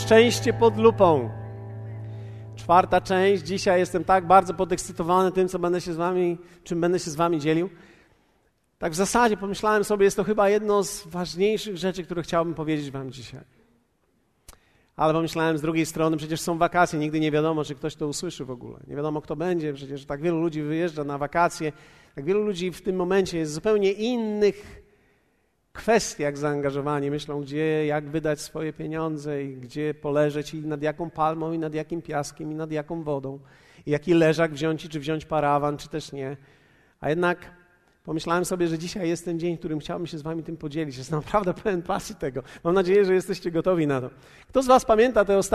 Szczęście pod lupą. 4. część. Dzisiaj jestem tak bardzo podekscytowany tym, czym będę się z wami dzielił. Tak w zasadzie pomyślałem sobie, jest to chyba jedno z ważniejszych rzeczy, które chciałbym powiedzieć wam dzisiaj. Ale pomyślałem z drugiej strony, przecież są wakacje, nigdy nie wiadomo, czy ktoś to usłyszy w ogóle. Nie wiadomo, kto będzie, przecież tak wielu ludzi wyjeżdża na wakacje, tak wielu ludzi w tym momencie jest zupełnie innych kwestiach zaangażowani. Myślą, gdzie, jak wydać swoje pieniądze i gdzie poleżeć i nad jaką palmą i nad jakim piaskiem i nad jaką wodą. I jaki leżak wziąć i czy wziąć parawan, czy też nie. A jednak pomyślałem sobie, że dzisiaj jest ten dzień, w którym chciałbym się z wami tym podzielić. Jest naprawdę pełen pasji tego. Mam nadzieję, że jesteście gotowi na to. Kto z was pamięta te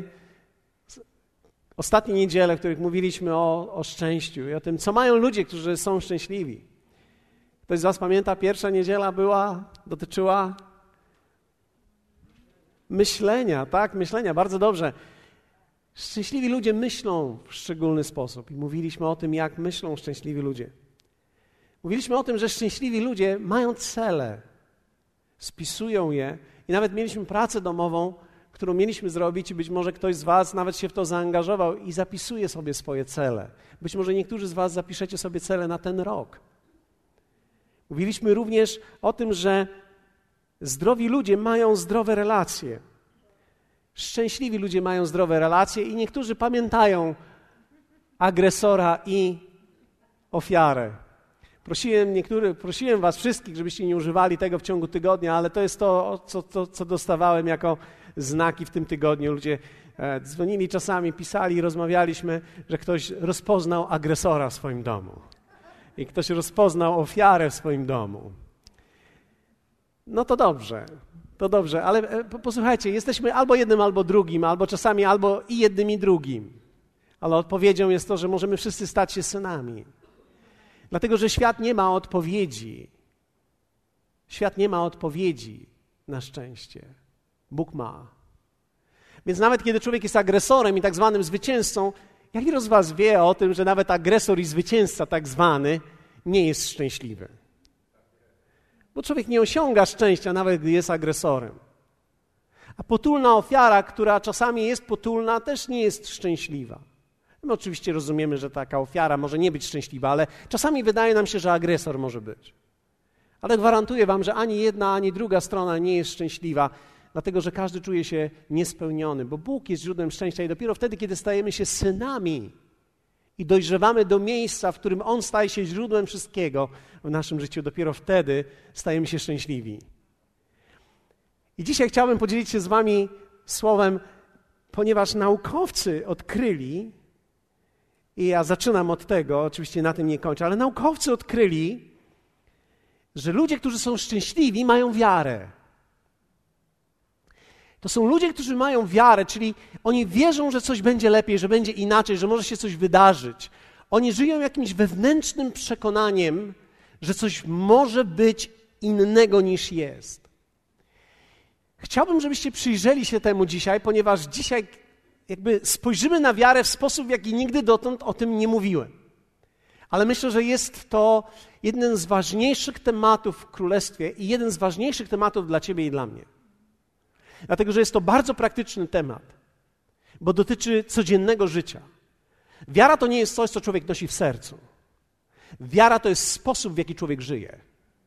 ostatnie niedziele, w których mówiliśmy o szczęściu i o tym, co mają ludzie, którzy są szczęśliwi? Ktoś z was pamięta, pierwsza niedziela dotyczyła myślenia, tak? Myślenia, bardzo dobrze. Szczęśliwi ludzie myślą w szczególny sposób i mówiliśmy o tym, jak myślą szczęśliwi ludzie. Mówiliśmy o tym, że szczęśliwi ludzie mają cele, spisują je i nawet mieliśmy pracę domową, którą mieliśmy zrobić i być może ktoś z was nawet się w to zaangażował i zapisuje sobie swoje cele. Być może niektórzy z was zapiszecie sobie cele na ten rok. Mówiliśmy również o tym, że zdrowi ludzie mają zdrowe relacje. Szczęśliwi ludzie mają zdrowe relacje i niektórzy pamiętają agresora i ofiarę. Prosiłem was wszystkich, żebyście nie używali tego w ciągu tygodnia, ale to jest to, co dostawałem jako znaki w tym tygodniu. Ludzie dzwonili czasami, pisali, rozmawialiśmy, że ktoś rozpoznał agresora w swoim domu. I ktoś rozpoznał ofiarę w swoim domu. No to dobrze, ale posłuchajcie, jesteśmy albo jednym, albo drugim, albo czasami albo i jednym, i drugim. Ale odpowiedzią jest to, że możemy wszyscy stać się synami. Dlatego, że świat nie ma odpowiedzi. Świat nie ma odpowiedzi na szczęście. Bóg ma. Więc nawet kiedy człowiek jest agresorem i tak zwanym zwycięzcą, jaki z was wie o tym, że nawet agresor i zwycięzca tak zwany nie jest szczęśliwy? Bo człowiek nie osiąga szczęścia, nawet gdy jest agresorem. A potulna ofiara, która czasami jest potulna, też nie jest szczęśliwa. My oczywiście rozumiemy, że taka ofiara może nie być szczęśliwa, ale czasami wydaje nam się, że agresor może być. Ale gwarantuję wam, że ani jedna, ani druga strona nie jest szczęśliwa, dlatego że każdy czuje się niespełniony, bo Bóg jest źródłem szczęścia i dopiero wtedy, kiedy stajemy się synami i dojrzewamy do miejsca, w którym On staje się źródłem wszystkiego w naszym życiu, dopiero wtedy stajemy się szczęśliwi. I dzisiaj chciałbym podzielić się z wami słowem, ponieważ naukowcy odkryli, i ja zaczynam od tego, oczywiście na tym nie kończę, ale naukowcy odkryli, że ludzie, którzy są szczęśliwi, mają wiarę. To są ludzie, którzy mają wiarę, czyli oni wierzą, że coś będzie lepiej, że będzie inaczej, że może się coś wydarzyć. Oni żyją jakimś wewnętrznym przekonaniem, że coś może być innego niż jest. Chciałbym, żebyście przyjrzeli się temu dzisiaj, ponieważ dzisiaj jakby spojrzymy na wiarę w sposób, w jaki nigdy dotąd o tym nie mówiłem. Ale myślę, że jest to jeden z ważniejszych tematów w Królestwie i jeden z ważniejszych tematów dla ciebie i dla mnie. Dlatego, że jest to bardzo praktyczny temat, bo dotyczy codziennego życia. Wiara to nie jest coś, co człowiek nosi w sercu. Wiara to jest sposób, w jaki człowiek żyje.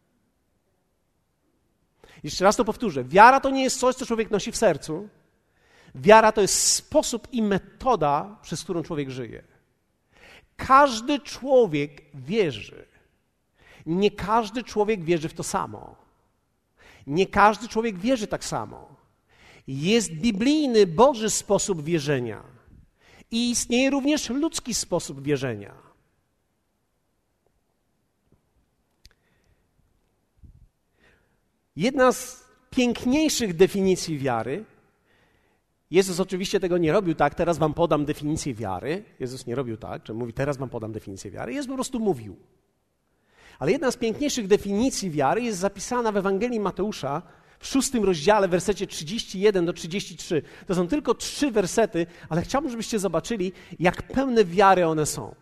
Jeszcze raz to powtórzę. Wiara to nie jest coś, co człowiek nosi w sercu. Wiara to jest sposób i metoda, przez którą człowiek żyje. Każdy człowiek wierzy. Nie każdy człowiek wierzy w to samo. Nie każdy człowiek wierzy tak samo. Jest biblijny, Boży sposób wierzenia. I istnieje również ludzki sposób wierzenia. Jedna z piękniejszych definicji wiary, Jezus oczywiście tego nie robił tak, teraz wam podam definicję wiary. Jezus nie robił tak, że mówi, teraz wam podam definicję wiary. Jezus po prostu mówił. Ale jedna z piękniejszych definicji wiary jest zapisana w Ewangelii Mateusza w 6 rozdziale, w wersecie 31 do 33. To są tylko 3 wersety, ale chciałbym, żebyście zobaczyli, jak pełne wiary one są.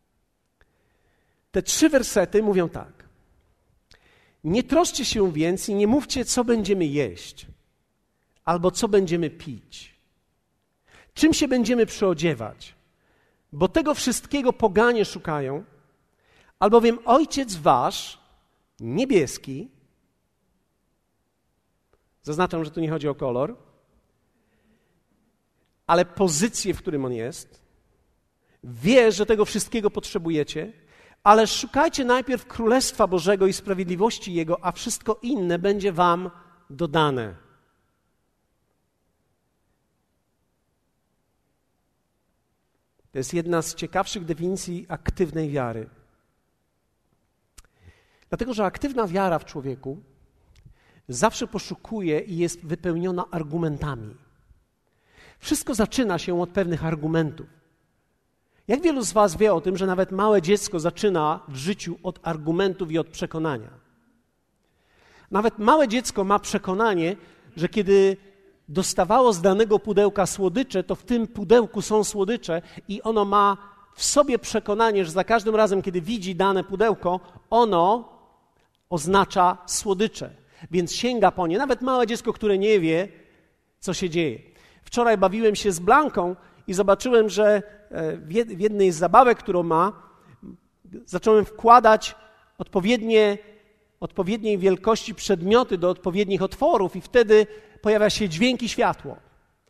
Te 3 wersety mówią tak. Nie troszcie się więc i nie mówcie, co będziemy jeść, albo co będziemy pić, Czym się będziemy przyodziewać? Bo tego wszystkiego poganie szukają, albowiem Ojciec wasz, niebieski, zaznaczam, że tu nie chodzi o kolor, ale pozycję, w którym On jest, wie, że tego wszystkiego potrzebujecie, ale szukajcie najpierw Królestwa Bożego i sprawiedliwości Jego, a wszystko inne będzie wam dodane. To jest jedna z ciekawszych definicji aktywnej wiary. Dlatego, że aktywna wiara w człowieku zawsze poszukuje i jest wypełniona argumentami. Wszystko zaczyna się od pewnych argumentów. Jak wielu z was wie o tym, że nawet małe dziecko zaczyna w życiu od argumentów i od przekonania? Nawet małe dziecko ma przekonanie, że kiedy dostawało z danego pudełka słodycze, to w tym pudełku są słodycze i ono ma w sobie przekonanie, że za każdym razem, kiedy widzi dane pudełko, ono oznacza słodycze, więc sięga po nie. Nawet małe dziecko, które nie wie, co się dzieje. Wczoraj bawiłem się z Blanką i zobaczyłem, że w jednej z zabawek, którą ma, zacząłem wkładać odpowiedniej wielkości przedmioty do odpowiednich otworów i wtedy pojawia się dźwięk i światło.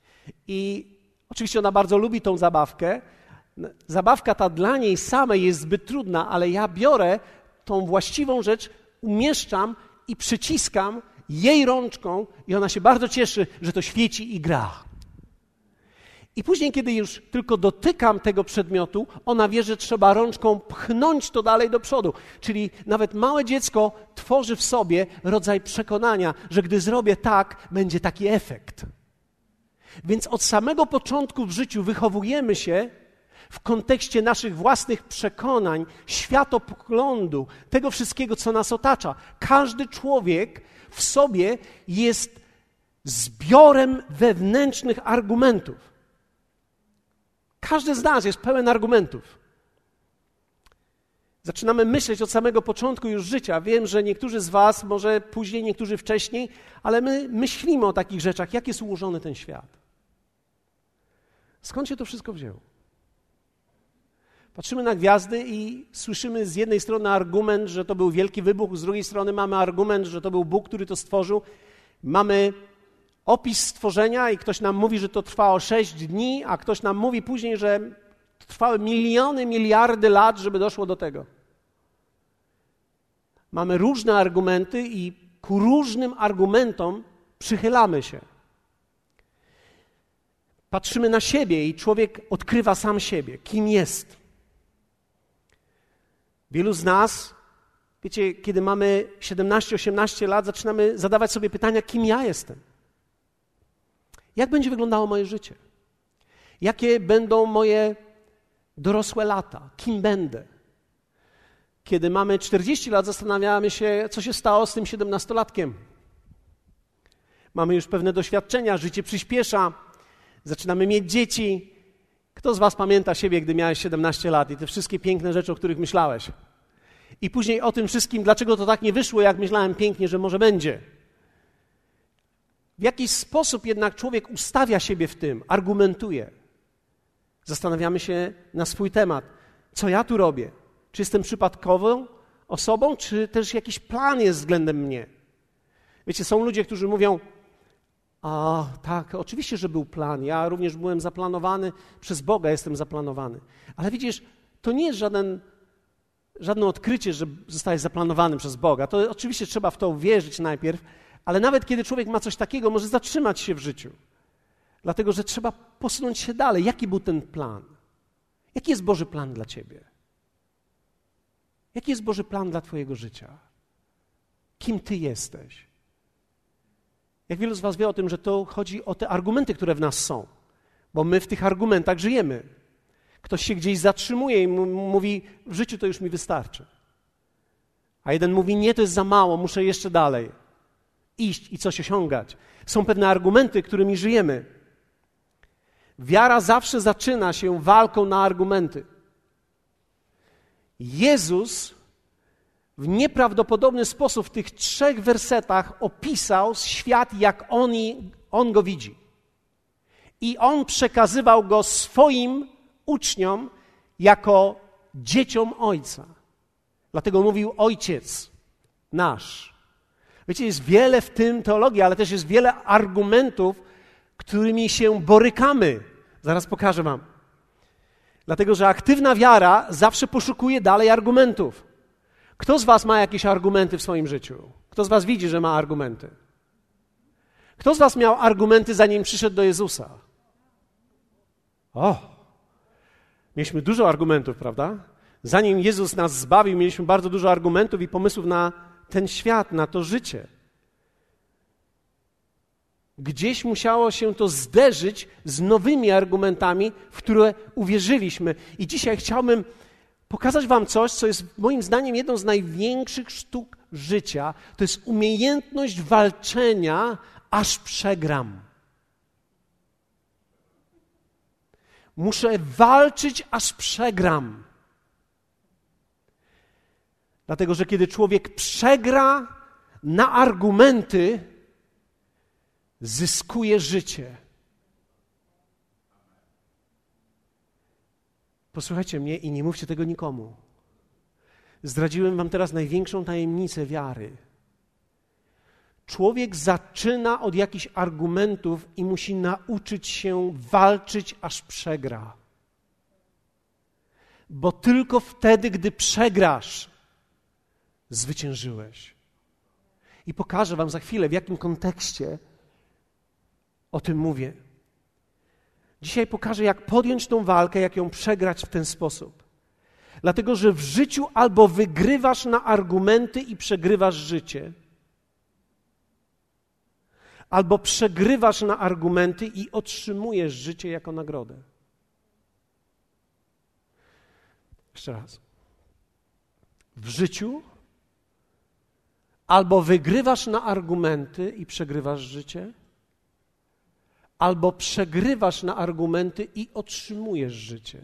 I oczywiście ona bardzo lubi tą zabawkę. Zabawka ta dla niej samej jest zbyt trudna, ale ja biorę tą właściwą rzecz, umieszczam i przyciskam jej rączką i ona się bardzo cieszy, że to świeci i gra. I później, kiedy już tylko dotykam tego przedmiotu, ona wie, że trzeba rączką pchnąć to dalej do przodu. Czyli nawet małe dziecko tworzy w sobie rodzaj przekonania, że gdy zrobię tak, będzie taki efekt. Więc od samego początku w życiu wychowujemy się w kontekście naszych własnych przekonań, światopoglądu, tego wszystkiego, co nas otacza. Każdy człowiek w sobie jest zbiorem wewnętrznych argumentów. Każdy z nas jest pełen argumentów. Zaczynamy myśleć od samego początku już życia. Wiem, że niektórzy z was, może później, niektórzy wcześniej, ale my myślimy o takich rzeczach. Jak jest ułożony ten świat? Skąd się to wszystko wzięło? Patrzymy na gwiazdy i słyszymy z jednej strony argument, że to był wielki wybuch, z drugiej strony mamy argument, że to był Bóg, który to stworzył. Mamy opis stworzenia i ktoś nam mówi, że to trwało 6 dni, a ktoś nam mówi później, że trwały miliony, miliardy lat, żeby doszło do tego. Mamy różne argumenty i ku różnym argumentom przychylamy się. Patrzymy na siebie i człowiek odkrywa sam siebie, kim jest. Wielu z nas, wiecie, kiedy mamy 17-18 lat, zaczynamy zadawać sobie pytania, kim ja jestem. Jak będzie wyglądało moje życie? Jakie będą moje dorosłe lata? Kim będę? Kiedy mamy 40 lat, zastanawiamy się, co się stało z tym 17-latkiem. Mamy już pewne doświadczenia, życie przyspiesza, zaczynamy mieć dzieci. Kto z was pamięta siebie, gdy miałeś 17 lat i te wszystkie piękne rzeczy, o których myślałeś? I później o tym wszystkim, dlaczego to tak nie wyszło, jak myślałem pięknie, że może będzie. W jakiś sposób jednak człowiek ustawia siebie w tym, argumentuje. Zastanawiamy się na swój temat. Co ja tu robię? Czy jestem przypadkową osobą, czy też jakiś plan jest względem mnie? Wiecie, są ludzie, którzy mówią, a tak, oczywiście, że był plan. Ja również byłem zaplanowany, przez Boga jestem zaplanowany. Ale widzisz, to nie jest żadne odkrycie, że zostałeś zaplanowany przez Boga. To oczywiście trzeba w to uwierzyć najpierw, ale nawet kiedy człowiek ma coś takiego, może zatrzymać się w życiu. Dlatego, że trzeba posunąć się dalej. Jaki był ten plan? Jaki jest Boży plan dla ciebie? Jaki jest Boży plan dla twojego życia? Kim ty jesteś? Jak wielu z was wie o tym, że to chodzi o te argumenty, które w nas są, bo my w tych argumentach żyjemy. Ktoś się gdzieś zatrzymuje i mówi, w życiu to już mi wystarczy. A jeden mówi, nie, to jest za mało, muszę jeszcze dalej iść i coś osiągać. Są pewne argumenty, którymi żyjemy. Wiara zawsze zaczyna się walką na argumenty. Jezus w nieprawdopodobny sposób w tych 3 wersetach opisał świat, jak on go widzi. i On przekazywał go swoim uczniom jako dzieciom Ojca. Dlatego mówił Ojciec nasz. Wiecie, jest wiele w tym teologii, ale też jest wiele argumentów, którymi się borykamy. Zaraz pokażę wam. Dlatego, że aktywna wiara zawsze poszukuje dalej argumentów. Kto z was ma jakieś argumenty w swoim życiu? Kto z was widzi, że ma argumenty? Kto z was miał argumenty, zanim przyszedł do Jezusa? Mieliśmy dużo argumentów, prawda? Zanim Jezus nas zbawił, mieliśmy bardzo dużo argumentów i pomysłów na ten świat, na to życie. Gdzieś musiało się to zderzyć z nowymi argumentami, w które uwierzyliśmy. I dzisiaj chciałbym pokazać wam coś, co jest moim zdaniem jedną z największych sztuk życia. To jest umiejętność walczenia, aż przegram. Muszę walczyć, aż przegram. Dlatego, że kiedy człowiek przegra na argumenty, zyskuje życie. Posłuchajcie mnie i nie mówcie tego nikomu. Zdradziłem wam teraz największą tajemnicę wiary. Człowiek zaczyna od jakichś argumentów i musi nauczyć się walczyć, aż przegra. Bo tylko wtedy, gdy przegrasz, zwyciężyłeś. I pokażę wam za chwilę, w jakim kontekście o tym mówię. Dzisiaj pokażę, jak podjąć tą walkę, jak ją przegrać w ten sposób. Dlatego, że w życiu albo wygrywasz na argumenty i przegrywasz życie, albo przegrywasz na argumenty i otrzymujesz życie jako nagrodę. Jeszcze raz. W życiu albo wygrywasz na argumenty i przegrywasz życie, albo przegrywasz na argumenty i otrzymujesz życie.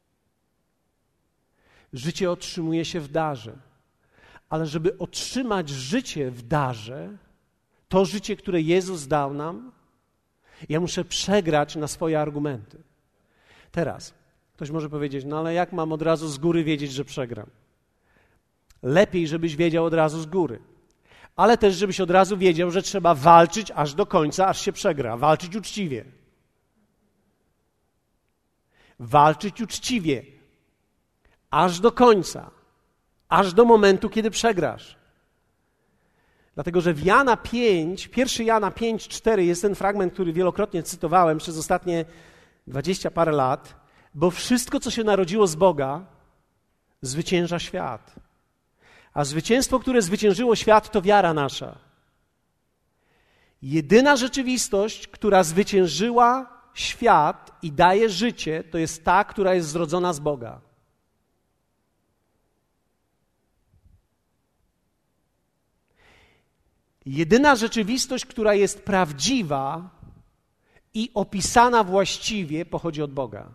Życie otrzymuje się w darze. Ale żeby otrzymać życie w darze, to życie, które Jezus dał nam, ja muszę przegrać na swoje argumenty. Teraz ktoś może powiedzieć, no ale jak mam od razu z góry wiedzieć, że przegram? Lepiej, żebyś wiedział od razu z góry. Ale też, żebyś od razu wiedział, że trzeba walczyć aż do końca, aż się przegra. Walczyć uczciwie. Walczyć uczciwie. Aż do końca. Aż do momentu, kiedy przegrasz. Dlatego, że w Jana 5, 1 Jana 5:4 jest ten fragment, który wielokrotnie cytowałem przez ostatnie 20 parę lat, bo wszystko, co się narodziło z Boga, zwycięża świat. A zwycięstwo, które zwyciężyło świat, to wiara nasza. Jedyna rzeczywistość, która zwyciężyła świat i daje życie, to jest ta, która jest zrodzona z Boga. Jedyna rzeczywistość, która jest prawdziwa i opisana właściwie, pochodzi od Boga.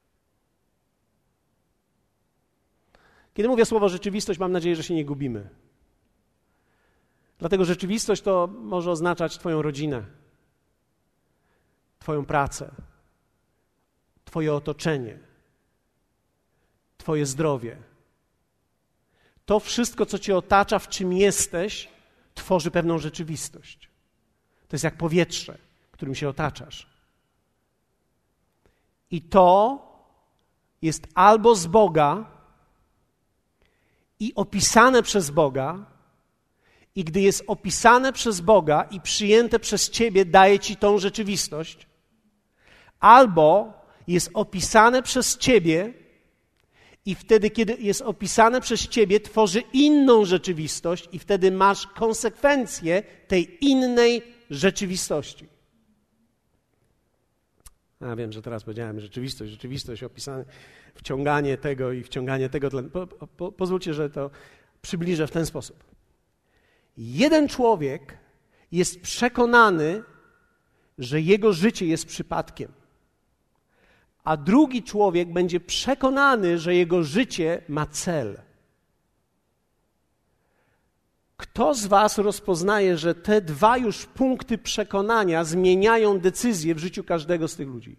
Kiedy mówię słowo rzeczywistość, mam nadzieję, że się nie gubimy. Dlatego rzeczywistość to może oznaczać twoją rodzinę, twoją pracę, twoje otoczenie, twoje zdrowie. To wszystko, co cię otacza, w czym jesteś, tworzy pewną rzeczywistość. To jest jak powietrze, którym się otaczasz. I to jest albo z Boga i opisane przez Boga, i gdy jest opisane przez Boga i przyjęte przez ciebie, daje ci tą rzeczywistość, albo jest opisane przez ciebie i wtedy, kiedy jest opisane przez ciebie, tworzy inną rzeczywistość i wtedy masz konsekwencje tej innej rzeczywistości. Ja wiem, że teraz powiedziałem rzeczywistość, opisane, wciąganie tego i wciąganie tego. Pozwólcie, że to przybliżę w ten sposób. Jeden człowiek jest przekonany, że jego życie jest przypadkiem, a drugi człowiek będzie przekonany, że jego życie ma cel. Kto z was rozpoznaje, że te dwa już punkty przekonania zmieniają decyzje w życiu każdego z tych ludzi?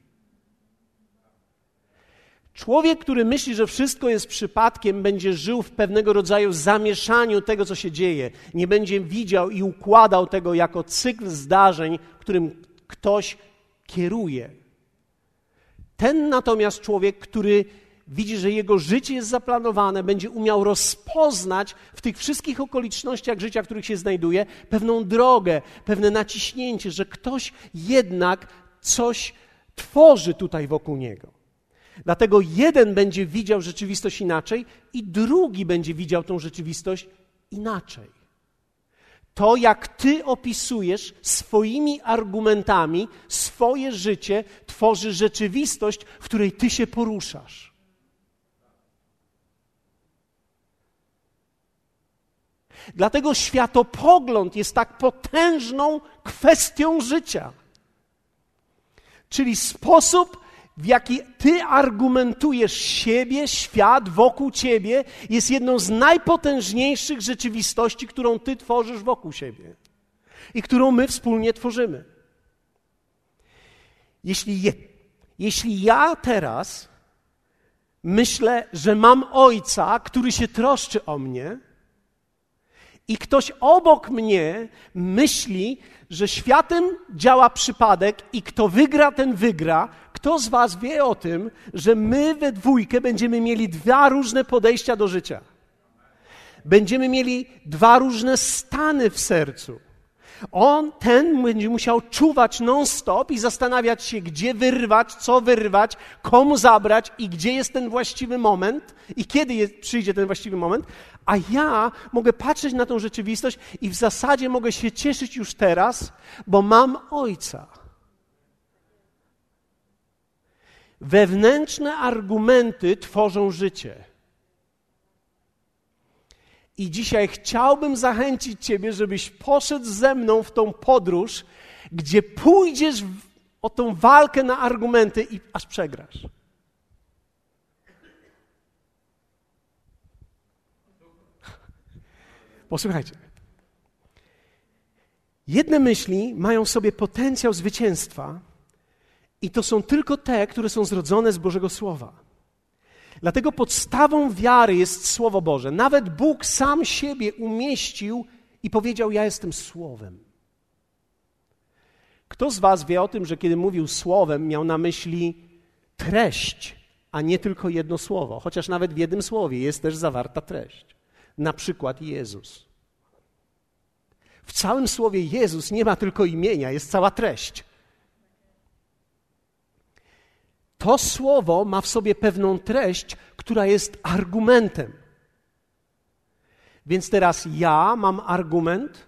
Człowiek, który myśli, że wszystko jest przypadkiem, będzie żył w pewnego rodzaju zamieszaniu tego, co się dzieje. Nie będzie widział i układał tego jako cykl zdarzeń, którym ktoś kieruje. Ten natomiast człowiek, który widzi, że jego życie jest zaplanowane, będzie umiał rozpoznać w tych wszystkich okolicznościach życia, w których się znajduje, pewną drogę, pewne naciśnięcie, że ktoś jednak coś tworzy tutaj wokół niego. Dlatego jeden będzie widział rzeczywistość inaczej i drugi będzie widział tą rzeczywistość inaczej. To, jak ty opisujesz swoimi argumentami swoje życie, tworzy rzeczywistość, w której ty się poruszasz. Dlatego światopogląd jest tak potężną kwestią życia. Czyli sposób, w jaki ty argumentujesz siebie, świat wokół ciebie, jest jedną z najpotężniejszych rzeczywistości, którą ty tworzysz wokół siebie i którą my wspólnie tworzymy. Jeśli ja teraz myślę, że mam ojca, który się troszczy o mnie, i ktoś obok mnie myśli, że światem działa przypadek i kto wygra, ten wygra. Kto z was wie o tym, że my we dwójkę będziemy mieli dwa różne podejścia do życia? Będziemy mieli dwa różne stany w sercu. Ten będzie musiał czuwać non-stop i zastanawiać się, gdzie wyrwać, co wyrwać, komu zabrać i gdzie jest ten właściwy moment i kiedy przyjdzie ten właściwy moment, a ja mogę patrzeć na tą rzeczywistość i w zasadzie mogę się cieszyć już teraz, bo mam Ojca. Wewnętrzne argumenty tworzą życie. I dzisiaj chciałbym zachęcić ciebie, żebyś poszedł ze mną w tą podróż, gdzie pójdziesz o tą walkę na argumenty i aż przegrasz. Posłuchajcie. Jedne myśli mają w sobie potencjał zwycięstwa i to są tylko te, które są zrodzone z Bożego Słowa. Dlatego podstawą wiary jest Słowo Boże. Nawet Bóg sam siebie umieścił i powiedział, ja jestem Słowem. Kto z was wie o tym, że kiedy mówił Słowem, miał na myśli treść, a nie tylko jedno słowo, chociaż nawet w jednym słowie jest też zawarta treść. Na przykład Jezus. W całym słowie Jezus nie ma tylko imienia, jest cała treść. To słowo ma w sobie pewną treść, która jest argumentem. Więc teraz ja mam argument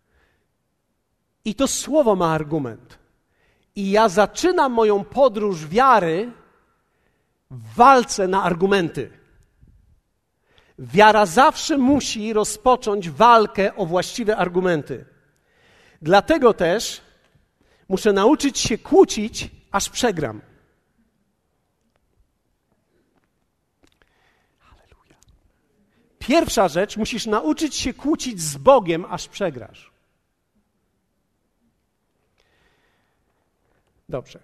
i to słowo ma argument. I ja zaczynam moją podróż wiary w walce na argumenty. Wiara zawsze musi rozpocząć walkę o właściwe argumenty. Dlatego też muszę nauczyć się kłócić, aż przegram. Halleluja. Pierwsza rzecz, musisz nauczyć się kłócić z Bogiem, aż przegrasz. Dobrze.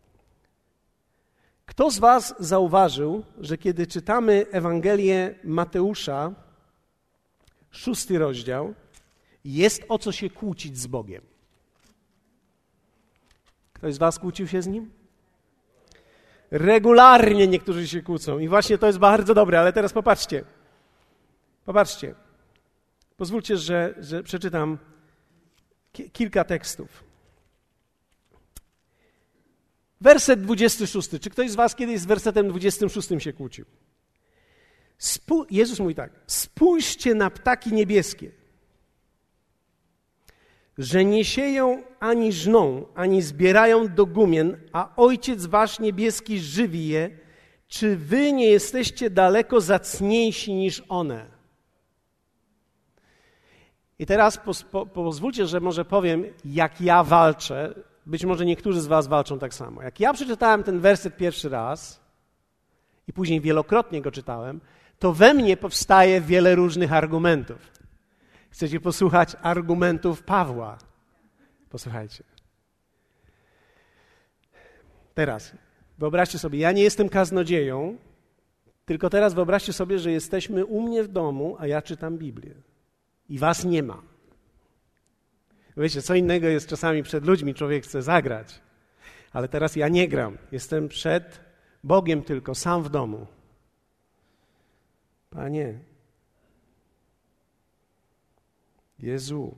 Kto z was zauważył, że kiedy czytamy Ewangelię Mateusza, 6 rozdział, jest o co się kłócić z Bogiem? Ktoś z was kłócił się z Nim? Regularnie niektórzy się kłócą i właśnie to jest bardzo dobre, ale teraz popatrzcie. Popatrzcie. Pozwólcie, że przeczytam kilka tekstów. Werset 26. Czy ktoś z was kiedyś z wersetem 26 się kłócił? Jezus mówi tak. Spójrzcie na ptaki niebieskie, że nie sieją ani żną, ani zbierają do gumien, a Ojciec wasz niebieski żywi je. Czy wy nie jesteście daleko zacniejsi niż one? I teraz pozwólcie, że może powiem, jak ja walczę. Być może niektórzy z was walczą tak samo. Jak ja przeczytałem ten werset pierwszy raz i później wielokrotnie go czytałem, to we mnie powstaje wiele różnych argumentów. Chcecie posłuchać argumentów Pawła? Posłuchajcie. Teraz, wyobraźcie sobie, ja nie jestem kaznodzieją, tylko teraz wyobraźcie sobie, że jesteśmy u mnie w domu, a ja czytam Biblię. I was nie ma. Wiecie, co innego jest czasami przed ludźmi, człowiek chce zagrać. Ale teraz ja nie gram. Jestem przed Bogiem tylko, sam w domu. Panie, Jezu,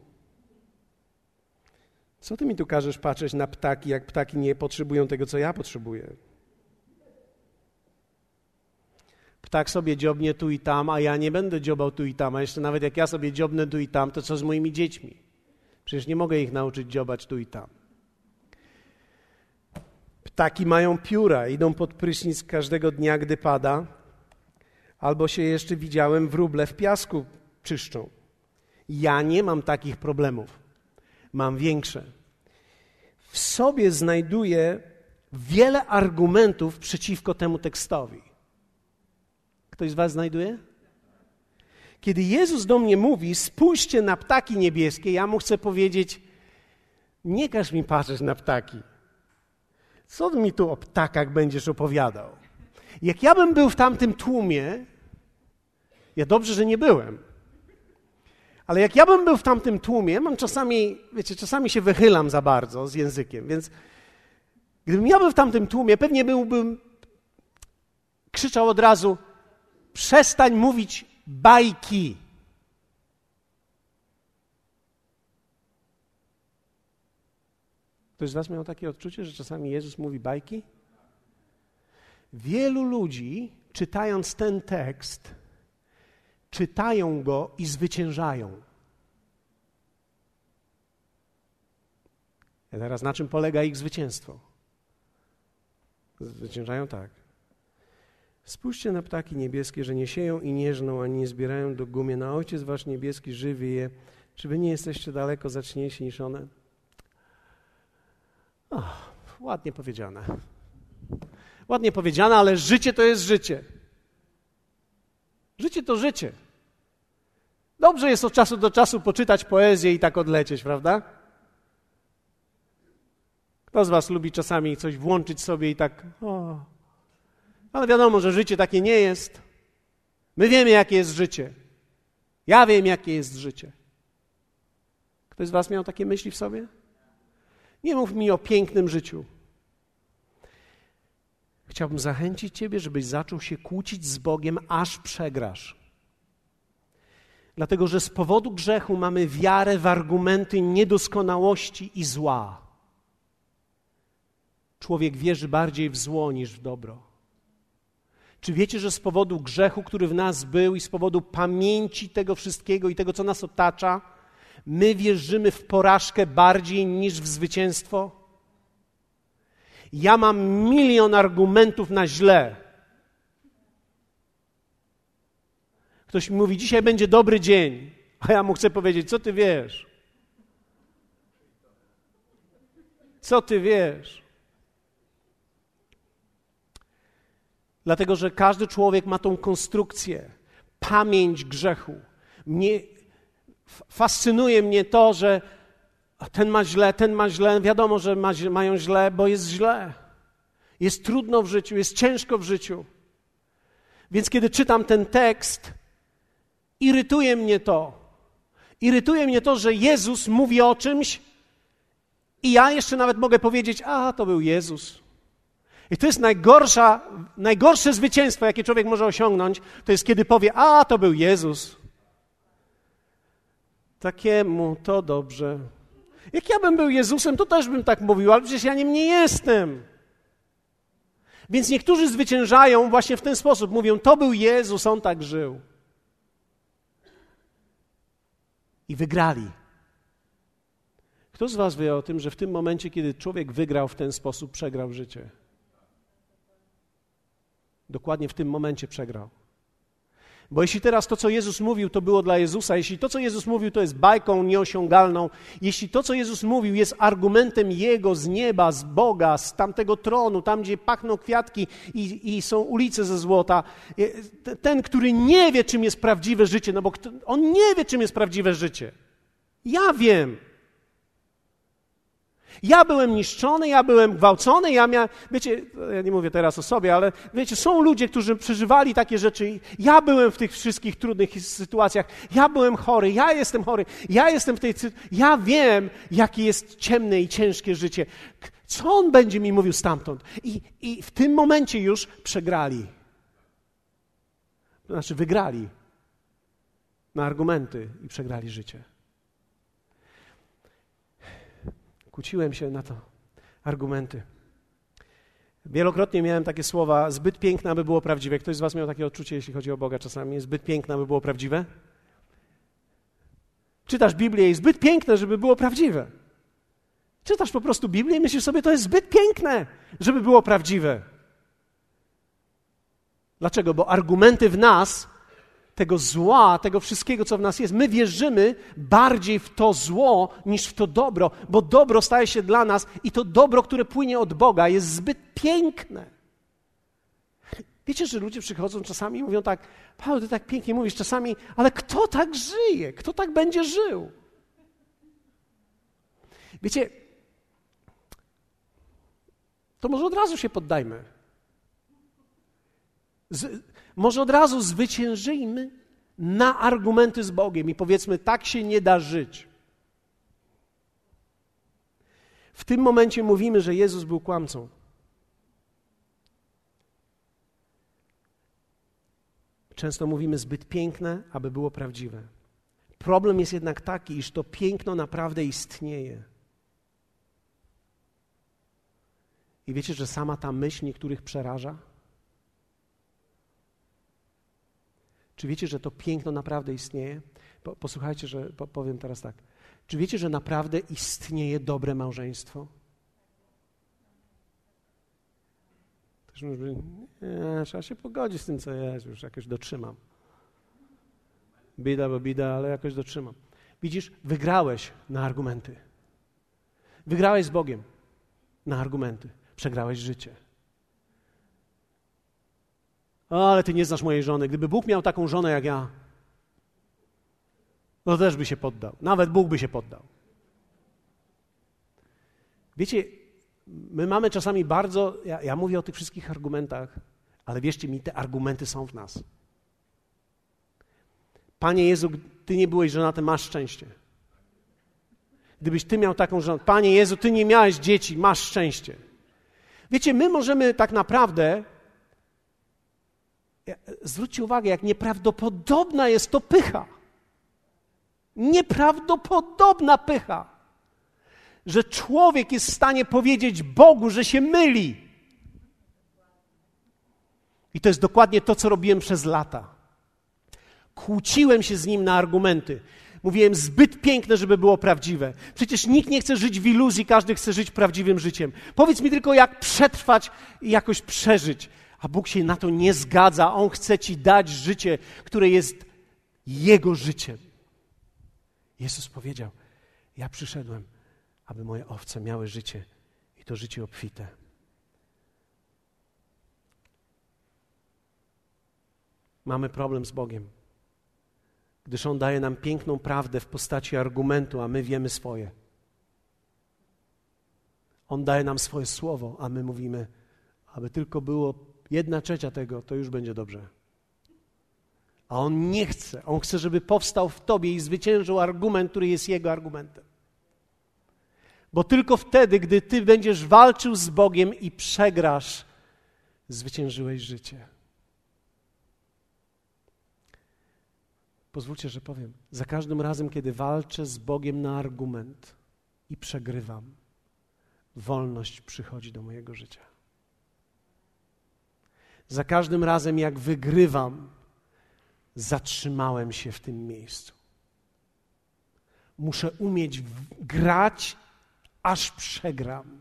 co Ty mi tu każesz patrzeć na ptaki, jak ptaki nie potrzebują tego, co ja potrzebuję? Ptak sobie dziobnie tu i tam, a ja nie będę dziobał tu i tam, a jeszcze nawet jak ja sobie dziobnę tu i tam, to co z moimi dziećmi? Przecież nie mogę ich nauczyć dziobać tu i tam. Ptaki mają pióra, idą pod prysznic każdego dnia, gdy pada, albo się jeszcze widziałem, wróble w piasku czyszczą. Ja nie mam takich problemów. Mam większe. W sobie znajduję wiele argumentów przeciwko temu tekstowi. Ktoś z was znajduje? Kiedy Jezus do mnie mówi, spójrzcie na ptaki niebieskie, ja mu chcę powiedzieć, nie każ mi patrzeć na ptaki. Co mi tu o ptakach będziesz opowiadał? Jak ja bym był w tamtym tłumie, ja dobrze, że nie byłem, ale jak ja bym był w tamtym tłumie, mam czasami, wiecie, czasami się wychylam za bardzo z językiem, więc gdybym ja był w tamtym tłumie, pewnie byłbym krzyczał od razu, przestań mówić bajki. Ktoś z was miał takie odczucie, że czasami Jezus mówi bajki? Wielu ludzi, czytając ten tekst, czytają go i zwyciężają. A teraz na czym polega ich zwycięstwo? Zwyciężają tak. Spójrzcie na ptaki niebieskie, że nie sieją i nie żną, ani nie zbierają do gumie. Na Ojciec wasz niebieski żywi je. Czy wy nie jesteście daleko zacniejsi niż one? Ładnie powiedziane. Ładnie powiedziane, ale życie to jest życie. Życie to życie. Dobrze jest od czasu do czasu poczytać poezję i tak odlecieć, prawda? Kto z was lubi czasami coś włączyć sobie i tak... Ale wiadomo, że życie takie nie jest. My wiemy, jakie jest życie. Ja wiem, jakie jest życie. Ktoś z was miał takie myśli w sobie? Nie mów mi o pięknym życiu. Chciałbym zachęcić ciebie, żebyś zaczął się kłócić z Bogiem, aż przegrasz. Dlatego, że z powodu grzechu mamy wiarę w argumenty niedoskonałości i zła. Człowiek wierzy bardziej w zło niż w dobro. Czy wiecie, że z powodu grzechu, który w nas był i z powodu pamięci tego wszystkiego i tego, co nas otacza, my wierzymy w porażkę bardziej niż w zwycięstwo? Ja mam milion argumentów na źle. Ktoś mi mówi, dzisiaj będzie dobry dzień, a ja mu chcę powiedzieć, co ty wiesz? Co ty wiesz? Dlatego, że każdy człowiek ma tą konstrukcję, pamięć grzechu. Fascynuje mnie to, że ten ma źle. Wiadomo, że mają źle, bo jest źle. Jest trudno w życiu, jest ciężko w życiu. Więc kiedy czytam ten tekst, irytuje mnie to. Irytuje mnie to, że Jezus mówi o czymś i ja jeszcze nawet mogę powiedzieć, to był Jezus. I to jest najgorsze zwycięstwo, jakie człowiek może osiągnąć, to jest kiedy powie, to był Jezus. Takiemu to dobrze. Jak ja bym był Jezusem, to też bym tak mówił, ale przecież ja nim nie jestem. Więc niektórzy zwyciężają właśnie w ten sposób. Mówią, to był Jezus, On tak żył. I wygrali. Kto z was wie o tym, że w tym momencie, kiedy człowiek wygrał w ten sposób, przegrał życie? Dokładnie w tym momencie przegrał. Bo jeśli teraz to, co Jezus mówił, to było dla Jezusa, jeśli to, co Jezus mówił, to jest bajką nieosiągalną, jeśli to, co Jezus mówił, jest argumentem Jego z nieba, z Boga, z tamtego tronu, tam, gdzie pachną kwiatki i są ulice ze złota, ten, który nie wie, czym jest prawdziwe życie, no bo on nie wie, czym jest prawdziwe życie. Ja wiem. Ja byłem niszczony, ja byłem gwałcony, wiecie, ja nie mówię teraz o sobie, ale wiecie, są ludzie, którzy przeżywali takie rzeczy. Ja byłem w tych wszystkich trudnych sytuacjach, ja byłem chory, ja jestem chory, ja jestem w tej sytuacji, ja wiem, jakie jest ciemne i ciężkie życie. Co on będzie mi mówił stamtąd? I w tym momencie już przegrali. Znaczy wygrali na argumenty i przegrali życie. Kłóciłem się na to argumenty. Wielokrotnie miałem takie słowa, zbyt piękne, aby było prawdziwe. Ktoś z was miał takie odczucie, jeśli chodzi o Boga czasami? Zbyt piękne, aby było prawdziwe? Czytasz Biblię i zbyt piękne, żeby było prawdziwe. Czytasz po prostu Biblię i myślisz sobie, to jest zbyt piękne, żeby było prawdziwe. Dlaczego? Bo argumenty w nas, tego zła, tego wszystkiego, co w nas jest, my wierzymy bardziej w to zło niż w to dobro, bo dobro staje się dla nas i to dobro, które płynie od Boga, jest zbyt piękne. Wiecie, że ludzie przychodzą czasami i mówią tak, Paweł, ty tak pięknie mówisz czasami, ale kto tak żyje? Kto tak będzie żył? Wiecie, to może od razu się poddajmy. Może od razu zwyciężyjmy na argumenty z Bogiem i powiedzmy, tak się nie da żyć. W tym momencie mówimy, że Jezus był kłamcą. Często mówimy zbyt piękne, aby było prawdziwe. Problem jest jednak taki, iż to piękno naprawdę istnieje. I wiecie, że sama ta myśl niektórych przeraża? Czy wiecie, że to piękno naprawdę istnieje? Posłuchajcie, że powiem teraz tak. Czy wiecie, że naprawdę istnieje dobre małżeństwo? Ktoś mówi, nie, trzeba się pogodzić z tym, co jest, już jakoś dotrzymam. Bida, bo bida, ale jakoś dotrzymam. Widzisz, wygrałeś na argumenty. Wygrałeś z Bogiem na argumenty. Przegrałeś życie. O, ale ty nie znasz mojej żony. Gdyby Bóg miał taką żonę jak ja, to też by się poddał. Nawet Bóg by się poddał. Wiecie, my mamy czasami bardzo... Ja mówię o tych wszystkich argumentach, ale wierzcie mi, te argumenty są w nas. Panie Jezu, Ty nie byłeś żonaty, masz szczęście. Gdybyś Ty miał taką żonę, Panie Jezu, Ty nie miałeś dzieci, masz szczęście. Wiecie, my możemy tak naprawdę... Zwróćcie uwagę, jak nieprawdopodobna jest to pycha. Nieprawdopodobna pycha, że człowiek jest w stanie powiedzieć Bogu, że się myli. I to jest dokładnie to, co robiłem przez lata. Kłóciłem się z nim na argumenty. Mówiłem, zbyt piękne, żeby było prawdziwe. Przecież nikt nie chce żyć w iluzji, każdy chce żyć prawdziwym życiem. Powiedz mi tylko, jak przetrwać i jakoś przeżyć. A Bóg się na to nie zgadza. On chce ci dać życie, które jest Jego życiem. Jezus powiedział, ja przyszedłem, aby moje owce miały życie i to życie obfite. Mamy problem z Bogiem, gdyż On daje nam piękną prawdę w postaci argumentu, a my wiemy swoje. On daje nam swoje słowo, a my mówimy, aby tylko było 1/3 tego, to już będzie dobrze. A On nie chce. On chce, żeby powstał w tobie i zwyciężył argument, który jest Jego argumentem. Bo tylko wtedy, gdy ty będziesz walczył z Bogiem i przegrasz, zwyciężyłeś życie. Pozwólcie, że powiem. Za każdym razem, kiedy walczę z Bogiem na argument i przegrywam, wolność przychodzi do mojego życia. Za każdym razem, jak wygrywam, zatrzymałem się w tym miejscu. Muszę umieć grać, aż przegram.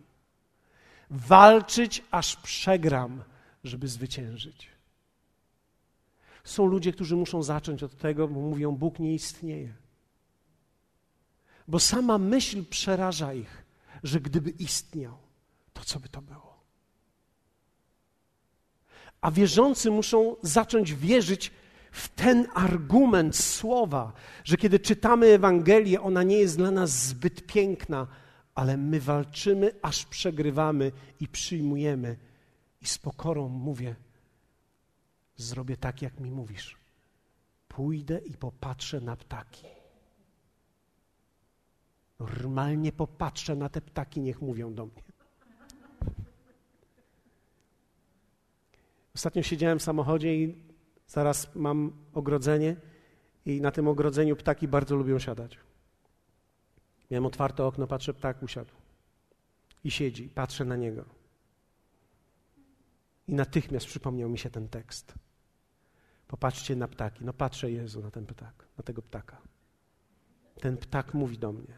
Walczyć, aż przegram, żeby zwyciężyć. Są ludzie, którzy muszą zacząć od tego, bo mówią, Bóg nie istnieje. Bo sama myśl przeraża ich, że gdyby istniał, to co by to było? A wierzący muszą zacząć wierzyć w ten argument słowa, że kiedy czytamy Ewangelię, ona nie jest dla nas zbyt piękna, ale my walczymy, aż przegrywamy i przyjmujemy. I z pokorą mówię, zrobię tak, jak mi mówisz. Pójdę i popatrzę na ptaki. Normalnie popatrzę na te ptaki, niech mówią do mnie. Ostatnio siedziałem w samochodzie i zaraz mam ogrodzenie i na tym ogrodzeniu ptaki bardzo lubią siadać. Miałem otwarte okno, patrzę, ptak usiadł i siedzi, patrzę na niego. I natychmiast przypomniał mi się ten tekst. Popatrzcie na ptaki. No patrzę, Jezu, na ten ptak, na tego ptaka. Ten ptak mówi do mnie.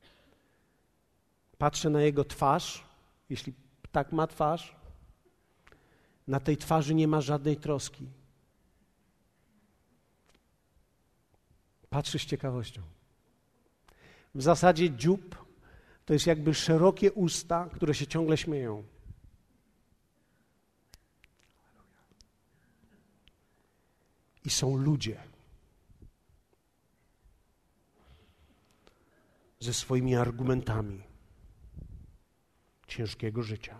Patrzę na jego twarz. Jeśli ptak ma twarz, na tej twarzy nie ma żadnej troski. Patrzę z ciekawością. W zasadzie dziób to jest jakby szerokie usta, które się ciągle śmieją. I są ludzie ze swoimi argumentami ciężkiego życia.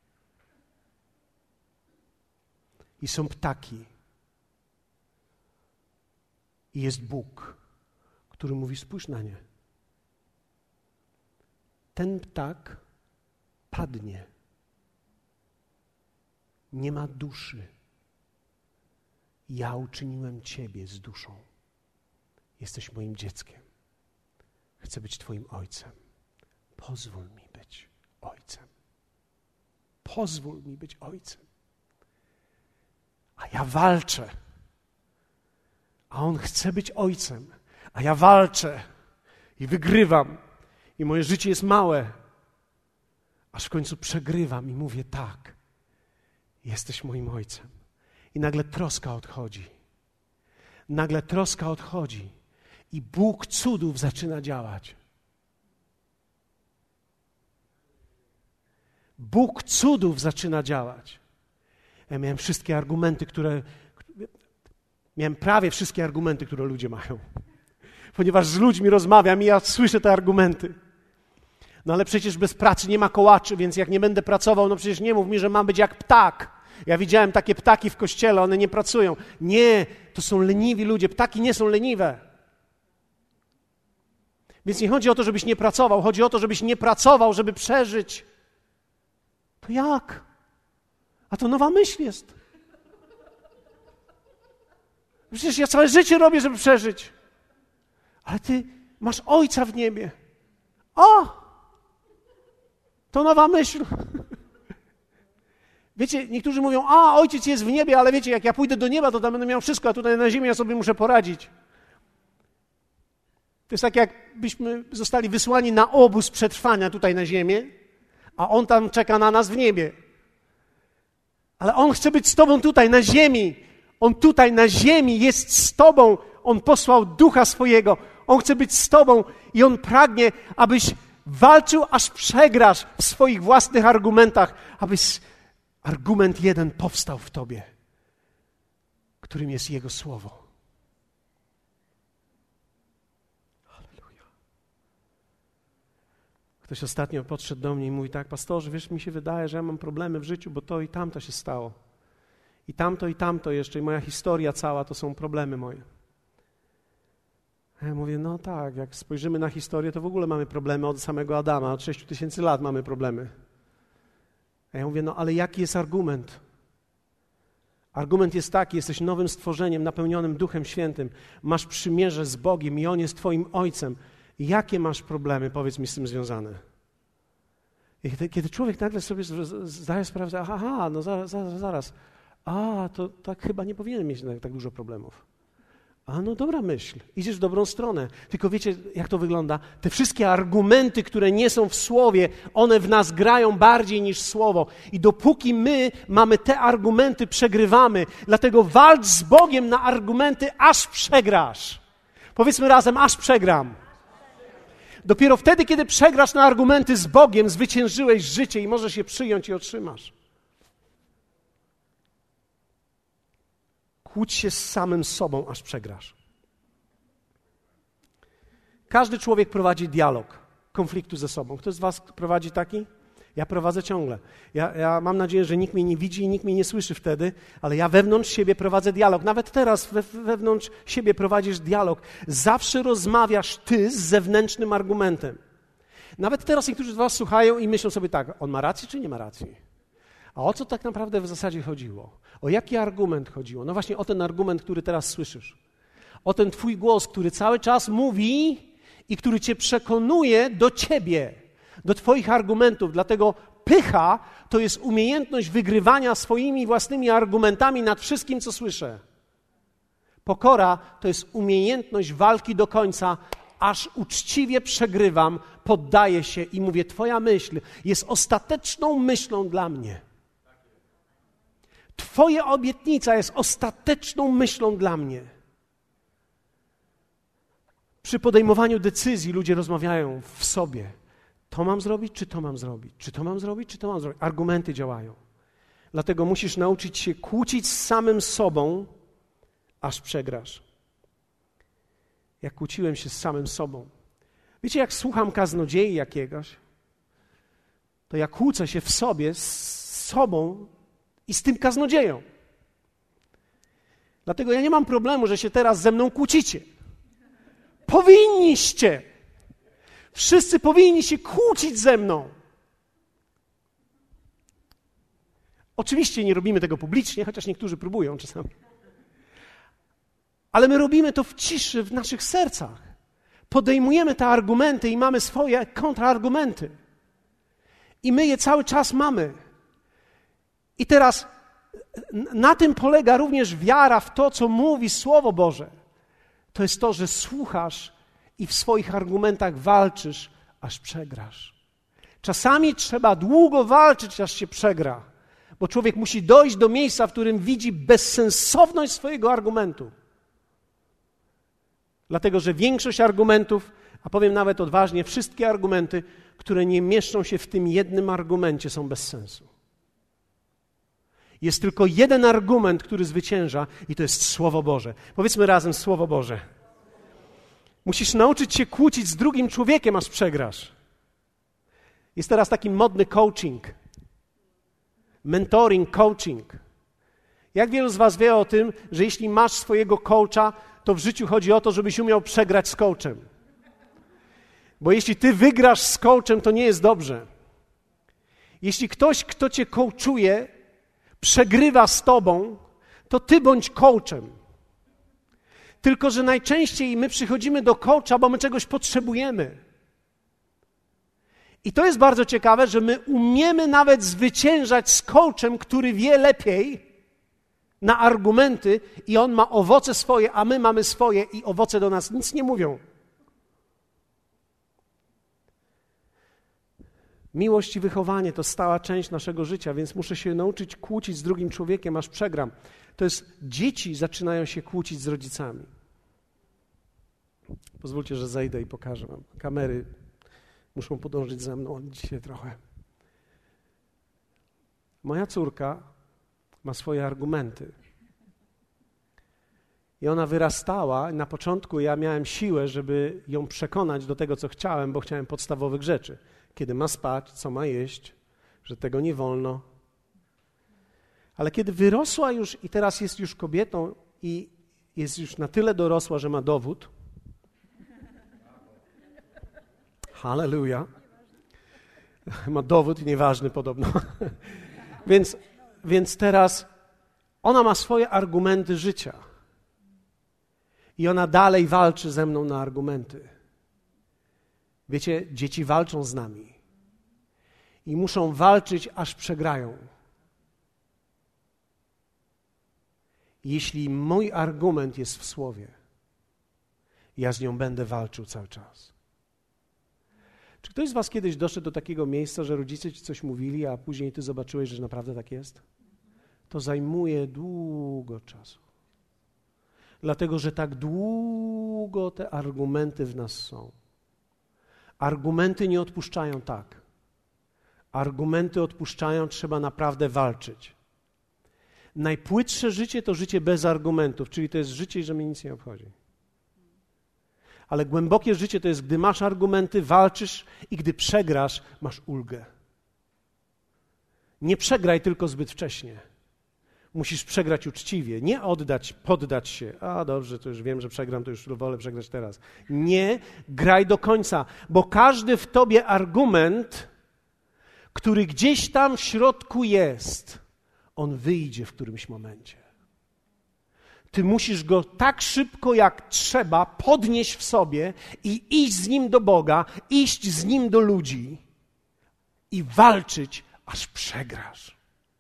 I są ptaki. I jest Bóg, który mówi, spójrz na nie. Ten ptak padnie. Nie ma duszy. Ja uczyniłem Ciebie z duszą. Jesteś moim dzieckiem. Chcę być Twoim ojcem. Pozwól mi być ojcem. Pozwól mi być ojcem. A ja walczę. A on chce być ojcem. A ja walczę i wygrywam. I moje życie jest małe. Aż w końcu przegrywam i mówię tak. Jesteś moim ojcem. I nagle troska odchodzi. Nagle troska odchodzi. I Bóg cudów zaczyna działać. Bóg cudów zaczyna działać. Ja miałem wszystkie argumenty, miałem prawie wszystkie argumenty, które ludzie mają. Ponieważ z ludźmi rozmawiam i ja słyszę te argumenty. No ale przecież bez pracy nie ma kołaczy, więc jak nie będę pracował, no przecież nie mów mi, że mam być jak ptak. Ja widziałem takie ptaki w kościele, one nie pracują. Nie, to są leniwi ludzie. Ptaki nie są leniwe. Więc nie chodzi o to, żebyś nie pracował. Chodzi o to, żebyś nie pracował, żeby przeżyć. To jak? A to nowa myśl jest. Przecież ja całe życie robię, żeby przeżyć. Ale ty masz Ojca w niebie. O! To nowa myśl. Wiecie, niektórzy mówią, Ojciec jest w niebie, ale wiecie, jak ja pójdę do nieba, to tam będę miał wszystko, a tutaj na ziemi ja sobie muszę poradzić. To jest tak, jakbyśmy zostali wysłani na obóz przetrwania tutaj na ziemię, a On tam czeka na nas w niebie. Ale On chce być z Tobą tutaj na ziemi. On tutaj na ziemi jest z Tobą. On posłał Ducha Swojego. On chce być z Tobą i On pragnie, abyś walczył, aż przegrasz w swoich własnych argumentach, abyś argument jeden powstał w Tobie, którym jest Jego Słowo. Halleluja. Ktoś ostatnio podszedł do mnie i mówi tak, pastorze, wiesz, mi się wydaje, że ja mam problemy w życiu, bo to i tamto się stało. I tamto jeszcze, i moja historia cała, to są problemy moje. A ja mówię, no tak, jak spojrzymy na historię, to w ogóle mamy problemy od samego Adama, od 6000 lat mamy problemy. A ja mówię, no ale jaki jest argument? Argument jest taki, jesteś nowym stworzeniem, napełnionym Duchem Świętym, masz przymierze z Bogiem i On jest Twoim Ojcem. Jakie masz problemy, powiedz mi, z tym związane? I kiedy człowiek nagle sobie zdaje sprawę, no zaraz, to tak chyba nie powinienem mieć tak dużo problemów. A no dobra myśl, idziesz w dobrą stronę. Tylko wiecie, jak to wygląda? Te wszystkie argumenty, które nie są w Słowie, one w nas grają bardziej niż Słowo. I dopóki my mamy te argumenty, przegrywamy. Dlatego walcz z Bogiem na argumenty, aż przegrasz. Powiedzmy razem, aż przegram. Dopiero wtedy, kiedy przegrasz na argumenty z Bogiem, zwyciężyłeś życie i możesz je przyjąć i otrzymasz. Kłóć się z samym sobą, aż przegrasz. Każdy człowiek prowadzi dialog konfliktu ze sobą. Ktoś z was prowadzi taki? Ja prowadzę ciągle. Ja mam nadzieję, że nikt mnie nie widzi i nikt mnie nie słyszy wtedy, ale ja wewnątrz siebie prowadzę dialog. Nawet teraz wewnątrz siebie prowadzisz dialog. Zawsze rozmawiasz ty z zewnętrznym argumentem. Nawet teraz niektórzy z was słuchają i myślą sobie tak, on ma rację czy nie ma racji? A o co tak naprawdę w zasadzie chodziło? O jaki argument chodziło? No właśnie o ten argument, który teraz słyszysz. O ten twój głos, który cały czas mówi i który cię przekonuje do ciebie, do twoich argumentów. Dlatego pycha to jest umiejętność wygrywania swoimi własnymi argumentami nad wszystkim, co słyszę. Pokora to jest umiejętność walki do końca, aż uczciwie przegrywam, poddaję się i mówię, twoja myśl jest ostateczną myślą dla mnie. Twoja obietnica jest ostateczną myślą dla mnie. Przy podejmowaniu decyzji ludzie rozmawiają w sobie. To mam zrobić, czy to mam zrobić? Czy to mam zrobić, czy to mam zrobić? Argumenty działają. Dlatego musisz nauczyć się kłócić z samym sobą, aż przegrasz. Ja kłóciłem się z samym sobą. Wiecie, jak słucham kaznodziei jakiegoś, to ja kłócę się w sobie z sobą i z tym kaznodzieją. Dlatego ja nie mam problemu, że się teraz ze mną kłócicie. Powinniście. Wszyscy powinni się kłócić ze mną. Oczywiście nie robimy tego publicznie, chociaż niektórzy próbują czasami. Ale my robimy to w ciszy, w naszych sercach. Podejmujemy te argumenty i mamy swoje kontrargumenty. I my je cały czas mamy. I teraz na tym polega również wiara w to, co mówi Słowo Boże. To jest to, że słuchasz i w swoich argumentach walczysz, aż przegrasz. Czasami trzeba długo walczyć, aż się przegra, bo człowiek musi dojść do miejsca, w którym widzi bezsensowność swojego argumentu. Dlatego, że większość argumentów, a powiem nawet odważnie, wszystkie argumenty, które nie mieszczą się w tym jednym argumencie, są bez sensu. Jest tylko jeden argument, który zwycięża i to jest Słowo Boże. Powiedzmy razem Słowo Boże. Musisz nauczyć się kłócić z drugim człowiekiem, aż przegrasz. Jest teraz taki modny coaching. Mentoring, coaching. Jak wielu z was wie o tym, że jeśli masz swojego coacha, to w życiu chodzi o to, żebyś umiał przegrać z coachem. Bo jeśli ty wygrasz z coachem, to nie jest dobrze. Jeśli ktoś, kto cię coachuje, przegrywa z tobą, to ty bądź coachem. Tylko że najczęściej my przychodzimy do coacha, bo my czegoś potrzebujemy. I to jest bardzo ciekawe, że my umiemy nawet zwyciężać z coachem, który wie lepiej na argumenty i on ma owoce swoje, a my mamy swoje i owoce do nas nic nie mówią. Miłość i wychowanie to stała część naszego życia, więc muszę się nauczyć kłócić z drugim człowiekiem, aż przegram. To jest, dzieci zaczynają się kłócić z rodzicami. Pozwólcie, że zejdę i pokażę wam. Kamery muszą podążyć za mną dzisiaj trochę. Moja córka ma swoje argumenty. I ona wyrastała i na początku ja miałem siłę, żeby ją przekonać do tego, co chciałem, bo chciałem podstawowych rzeczy. Kiedy ma spać, co ma jeść, że tego nie wolno. Ale kiedy wyrosła już i teraz jest już kobietą i jest już na tyle dorosła, że ma dowód. Halleluja. Ma dowód i nieważny podobno. Więc teraz ona ma swoje argumenty życia. I ona dalej walczy ze mną na argumenty. Wiecie, dzieci walczą z nami. I muszą walczyć, aż przegrają. Jeśli mój argument jest w Słowie, Ja z nią będę walczył cały czas. Czy ktoś z was kiedyś doszedł do takiego miejsca, że rodzice ci coś mówili, a później ty zobaczyłeś, że naprawdę tak jest? To zajmuje długo czasu. Dlatego, że tak długo te argumenty w nas są. Argumenty nie odpuszczają tak. Argumenty odpuszczają, trzeba naprawdę walczyć. Najpłytsze życie to życie bez argumentów, czyli to jest życie, że mnie nic nie obchodzi. Ale głębokie życie to jest, gdy masz argumenty, walczysz i gdy przegrasz, masz ulgę. Nie przegraj tylko zbyt wcześnie. Musisz przegrać uczciwie, nie poddać się. A dobrze, to już wiem, że przegram, to już wolę przegrać teraz. Nie, graj do końca, bo każdy w tobie argument, który gdzieś tam w środku jest, on wyjdzie w którymś momencie. Ty musisz go tak szybko jak trzeba podnieść w sobie i iść z nim do Boga, iść z nim do ludzi i walczyć, aż przegrasz.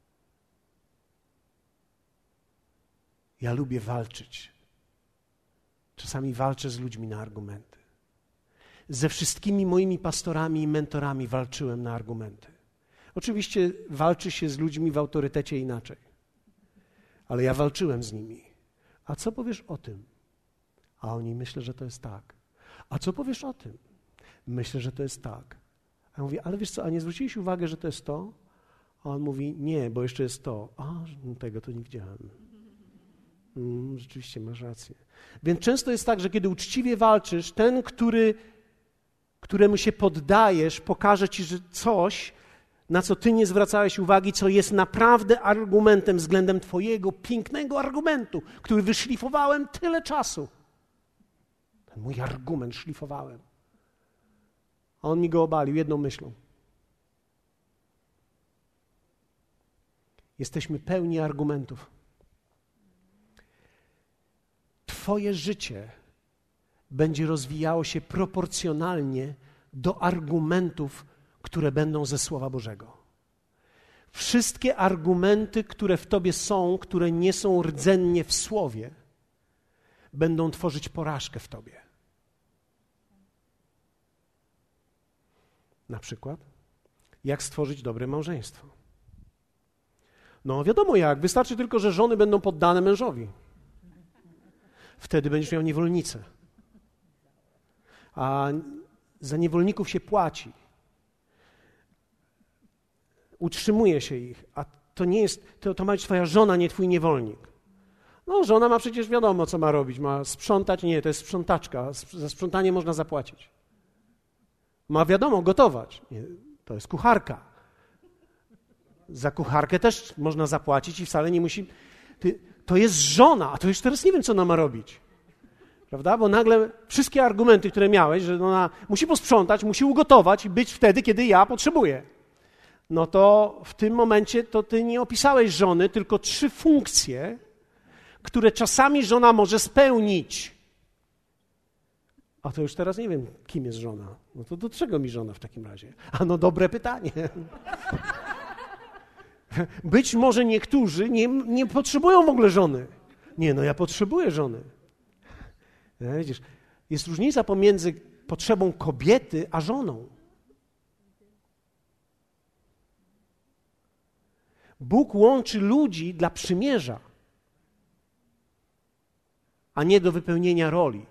Ja lubię walczyć. Czasami walczę z ludźmi na argumenty. Ze wszystkimi moimi pastorami i mentorami walczyłem na argumenty. Oczywiście walczy się z ludźmi w autorytecie inaczej. Ale ja walczyłem z nimi. A co powiesz o tym? A oni myślą, że to jest tak. A co powiesz o tym? Myślę, że to jest tak. A ja mówię, ale wiesz co, a nie zwróciłeś uwagi, że to jest to? A on mówi, nie, bo jeszcze jest to. A, tego to nie widziałem. Rzeczywiście, masz rację. Więc często jest tak, że kiedy uczciwie walczysz, ten, któremu się poddajesz, pokaże ci, że coś, na co ty nie zwracałeś uwagi, co jest naprawdę argumentem względem twojego pięknego argumentu, który wyszlifowałem tyle czasu. Ten mój argument szlifowałem. A on mi go obalił jedną myślą. Jesteśmy pełni argumentów. Twoje życie będzie rozwijało się proporcjonalnie do argumentów, które będą ze Słowa Bożego. Wszystkie argumenty, które w tobie są, które nie są rdzennie w Słowie, będą tworzyć porażkę w tobie. Na przykład, jak stworzyć dobre małżeństwo? No wiadomo jak, wystarczy tylko, że żony będą poddane mężowi. Wtedy będziesz miał niewolnicę. A za niewolników się płaci. Utrzymuje się ich, a to nie jest, to ma być twoja żona, nie twój niewolnik. No żona ma przecież wiadomo, co ma robić. Ma sprzątać, nie, to jest sprzątaczka. Za sprzątanie można zapłacić. Ma wiadomo, gotować. Nie, to jest kucharka. Za kucharkę też można zapłacić i wcale nie musi... To jest żona, a to już teraz nie wiem, co ona ma robić. Prawda? Bo nagle wszystkie argumenty, które miałeś, że ona musi posprzątać, musi ugotować i być wtedy, kiedy ja potrzebuję. No to w tym momencie to ty nie opisałeś żony, tylko 3 funkcje, które czasami żona może spełnić. A to już teraz nie wiem, kim jest żona. No to do czego mi żona w takim razie? A no dobre pytanie. Być może niektórzy nie potrzebują w ogóle żony. Nie, no ja potrzebuję żony. Widzisz, jest różnica pomiędzy potrzebą kobiety a żoną. Bóg łączy ludzi dla przymierza, a nie do wypełnienia roli.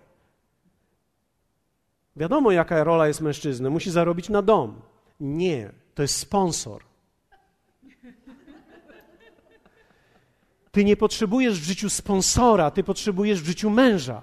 Wiadomo, jaka rola jest mężczyzny. Musi zarobić na dom. Nie, to jest sponsor. Ty nie potrzebujesz w życiu sponsora, ty potrzebujesz w życiu męża.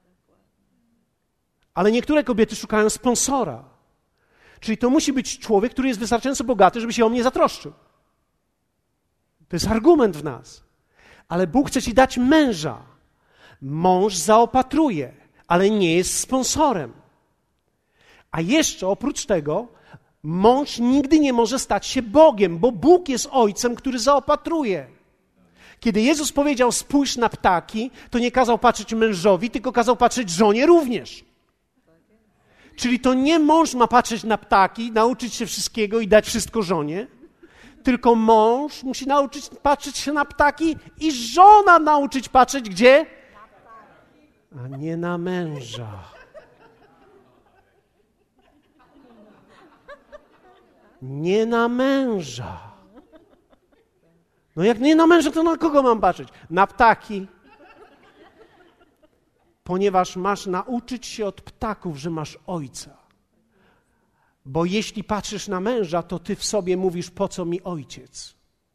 Ale niektóre kobiety szukają sponsora. Czyli to musi być człowiek, który jest wystarczająco bogaty, żeby się o mnie zatroszczył. To jest argument w nas. Ale Bóg chce ci dać męża. Mąż zaopatruje, ale nie jest sponsorem. A jeszcze oprócz tego mąż nigdy nie może stać się Bogiem, bo Bóg jest ojcem, który zaopatruje. Kiedy Jezus powiedział spójrz na ptaki, to nie kazał patrzeć mężowi, tylko kazał patrzeć żonie również. Czyli to nie mąż ma patrzeć na ptaki, nauczyć się wszystkiego i dać wszystko żonie, tylko mąż musi nauczyć patrzeć się na ptaki i żona nauczyć patrzeć gdzie? a nie na męża. Nie na męża. No jak nie na męża, to na kogo mam patrzeć? Na ptaki. Ponieważ masz nauczyć się od ptaków, że masz ojca. Bo jeśli patrzysz na męża, to ty w sobie mówisz, po co mi ojciec?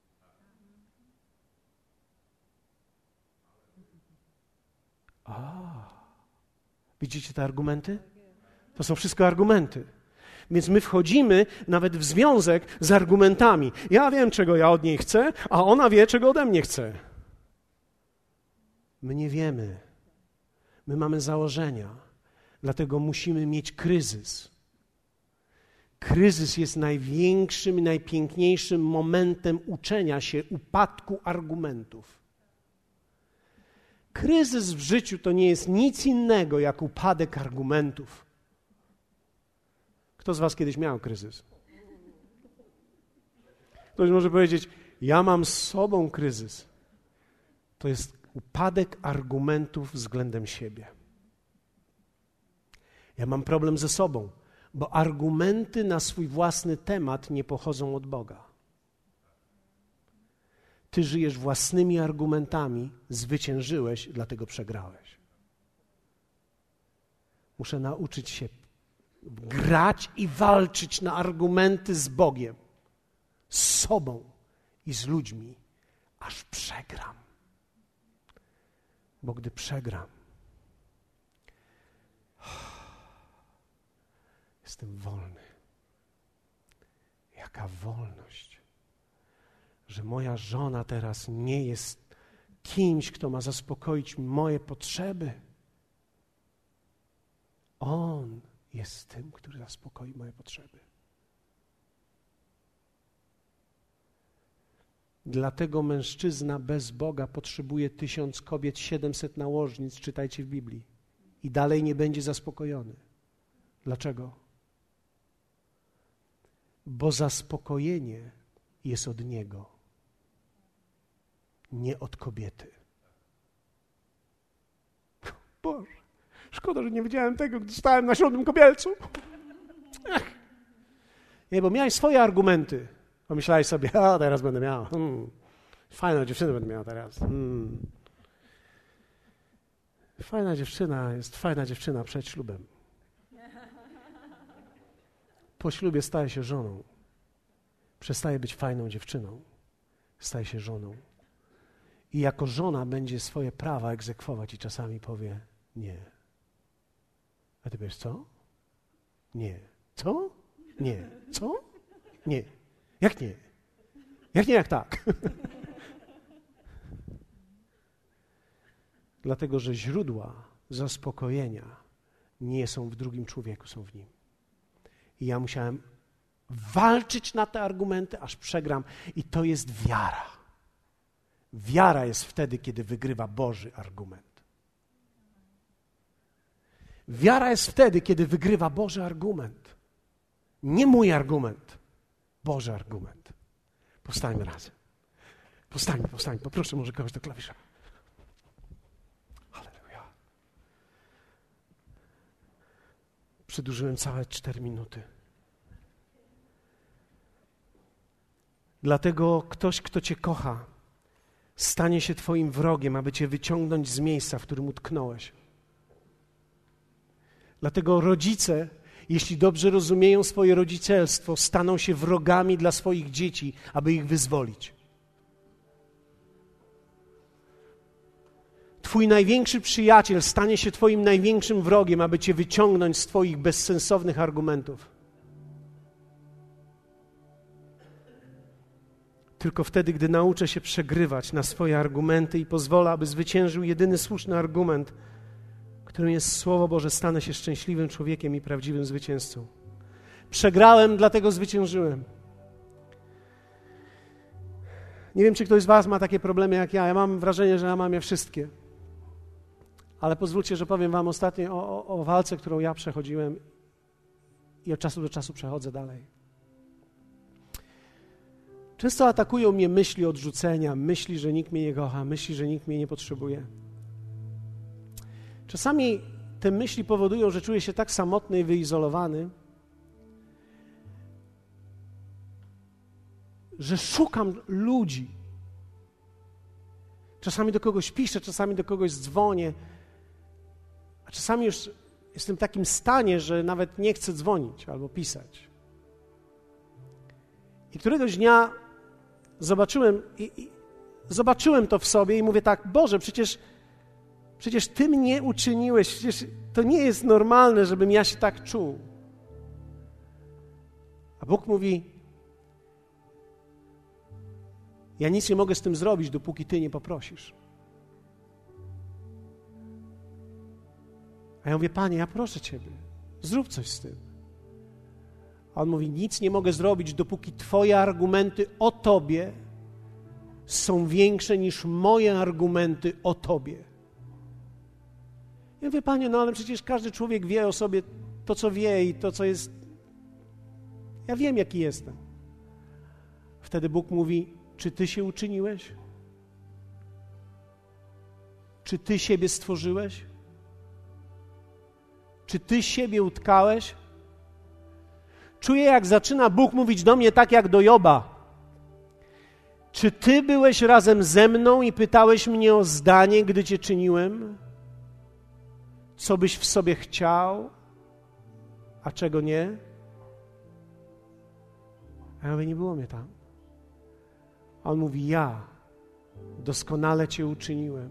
Widzicie te argumenty? To są wszystko argumenty. Więc my wchodzimy nawet w związek z argumentami. Ja wiem, czego ja od niej chcę, a ona wie, czego ode mnie chce. My nie wiemy. My mamy założenia. Dlatego musimy mieć kryzys. Kryzys jest największym i najpiękniejszym momentem uczenia się upadku argumentów. Kryzys w życiu to nie jest nic innego jak upadek argumentów. Kto z was kiedyś miał kryzys? Ktoś może powiedzieć, ja mam z sobą kryzys. To jest upadek argumentów względem siebie. Ja mam problem ze sobą, bo argumenty na swój własny temat nie pochodzą od Boga. Ty żyjesz własnymi argumentami, zwyciężyłeś, dlatego przegrałeś. Muszę nauczyć się grać i walczyć na argumenty z Bogiem, z sobą i z ludźmi, aż przegram. Bo gdy przegram, jestem wolny. Jaka wolność, że moja żona teraz nie jest kimś, kto ma zaspokoić moje potrzeby. On jest tym, który zaspokoi moje potrzeby. Dlatego mężczyzna bez Boga potrzebuje 1000 kobiet, 700 nałożnic, czytajcie w Biblii, i dalej nie będzie zaspokojony. Dlaczego? Bo zaspokojenie jest od Niego, nie od kobiety. Boże, szkoda, że nie wiedziałem tego, gdy stałem na Ślubnym Kobielcu. Nie, bo miałeś swoje argumenty. Pomyślałeś sobie, teraz będę miał. Fajną dziewczynę będę miał teraz. Fajna dziewczyna jest fajna dziewczyna przed ślubem. Po ślubie staje się żoną. Przestaje być fajną dziewczyną. Staje się żoną. I jako żona będzie swoje prawa egzekwować i czasami powie nie. A ty powiesz co? Nie. Co? Nie. Co? Nie. Jak nie? Jak nie, jak tak? Dlatego, że źródła zaspokojenia nie są w drugim człowieku, są w nim. I ja musiałem walczyć na te argumenty, aż przegram. I to jest wiara. Wiara jest wtedy, kiedy wygrywa Boży argument. Wiara jest wtedy, kiedy wygrywa Boży argument. Nie mój argument. Boży argument. Powstańmy razem. Powstańmy. Poproszę może kogoś do klawisza. Halleluja. Przedłużyłem całe 4 minuty. Dlatego ktoś, kto Cię kocha, stanie się Twoim wrogiem, aby Cię wyciągnąć z miejsca, w którym utknąłeś. Dlatego rodzice, jeśli dobrze rozumieją swoje rodzicielstwo, staną się wrogami dla swoich dzieci, aby ich wyzwolić. Twój największy przyjaciel stanie się Twoim największym wrogiem, aby Cię wyciągnąć z Twoich bezsensownych argumentów. Tylko wtedy, gdy nauczę się przegrywać na swoje argumenty i pozwolę, aby zwyciężył jedyny słuszny argument, którym jest Słowo Boże, stanę się szczęśliwym człowiekiem i prawdziwym zwycięzcą. Przegrałem, dlatego zwyciężyłem. Nie wiem, czy ktoś z was ma takie problemy jak ja. Ja mam wrażenie, że ja mam je wszystkie. Ale pozwólcie, że powiem wam ostatnio o walce, którą ja przechodziłem i od czasu do czasu przechodzę dalej. Często atakują mnie myśli odrzucenia, myśli, że nikt mnie nie kocha, myśli, że nikt mnie nie potrzebuje. Czasami te myśli powodują, że czuję się tak samotny i wyizolowany, że szukam ludzi. Czasami do kogoś piszę, czasami do kogoś dzwonię, a czasami już jestem w takim stanie, że nawet nie chcę dzwonić albo pisać. I któregoś dnia zobaczyłem to w sobie i mówię tak: Boże, przecież Ty mnie uczyniłeś, przecież to nie jest normalne, żebym ja się tak czuł. A Bóg mówi: ja nic nie mogę z tym zrobić, dopóki Ty nie poprosisz. A ja mówię: Panie, ja proszę Ciebie, zrób coś z tym. A On mówi: nic nie mogę zrobić, dopóki Twoje argumenty o Tobie są większe niż moje argumenty o Tobie. Ja mówię: Panie, no ale przecież każdy człowiek wie o sobie to, co wie i to, co jest. Ja wiem, jaki jestem. Wtedy Bóg mówi: czy Ty się uczyniłeś? Czy Ty siebie stworzyłeś? Czy Ty siebie utkałeś? Czuję, jak zaczyna Bóg mówić do mnie tak jak do Joba. Czy Ty byłeś razem ze mną i pytałeś mnie o zdanie, gdy Cię czyniłem? Co byś w sobie chciał, a czego nie? A ja mówię: nie było mnie tam. A On mówi: ja doskonale Cię uczyniłem.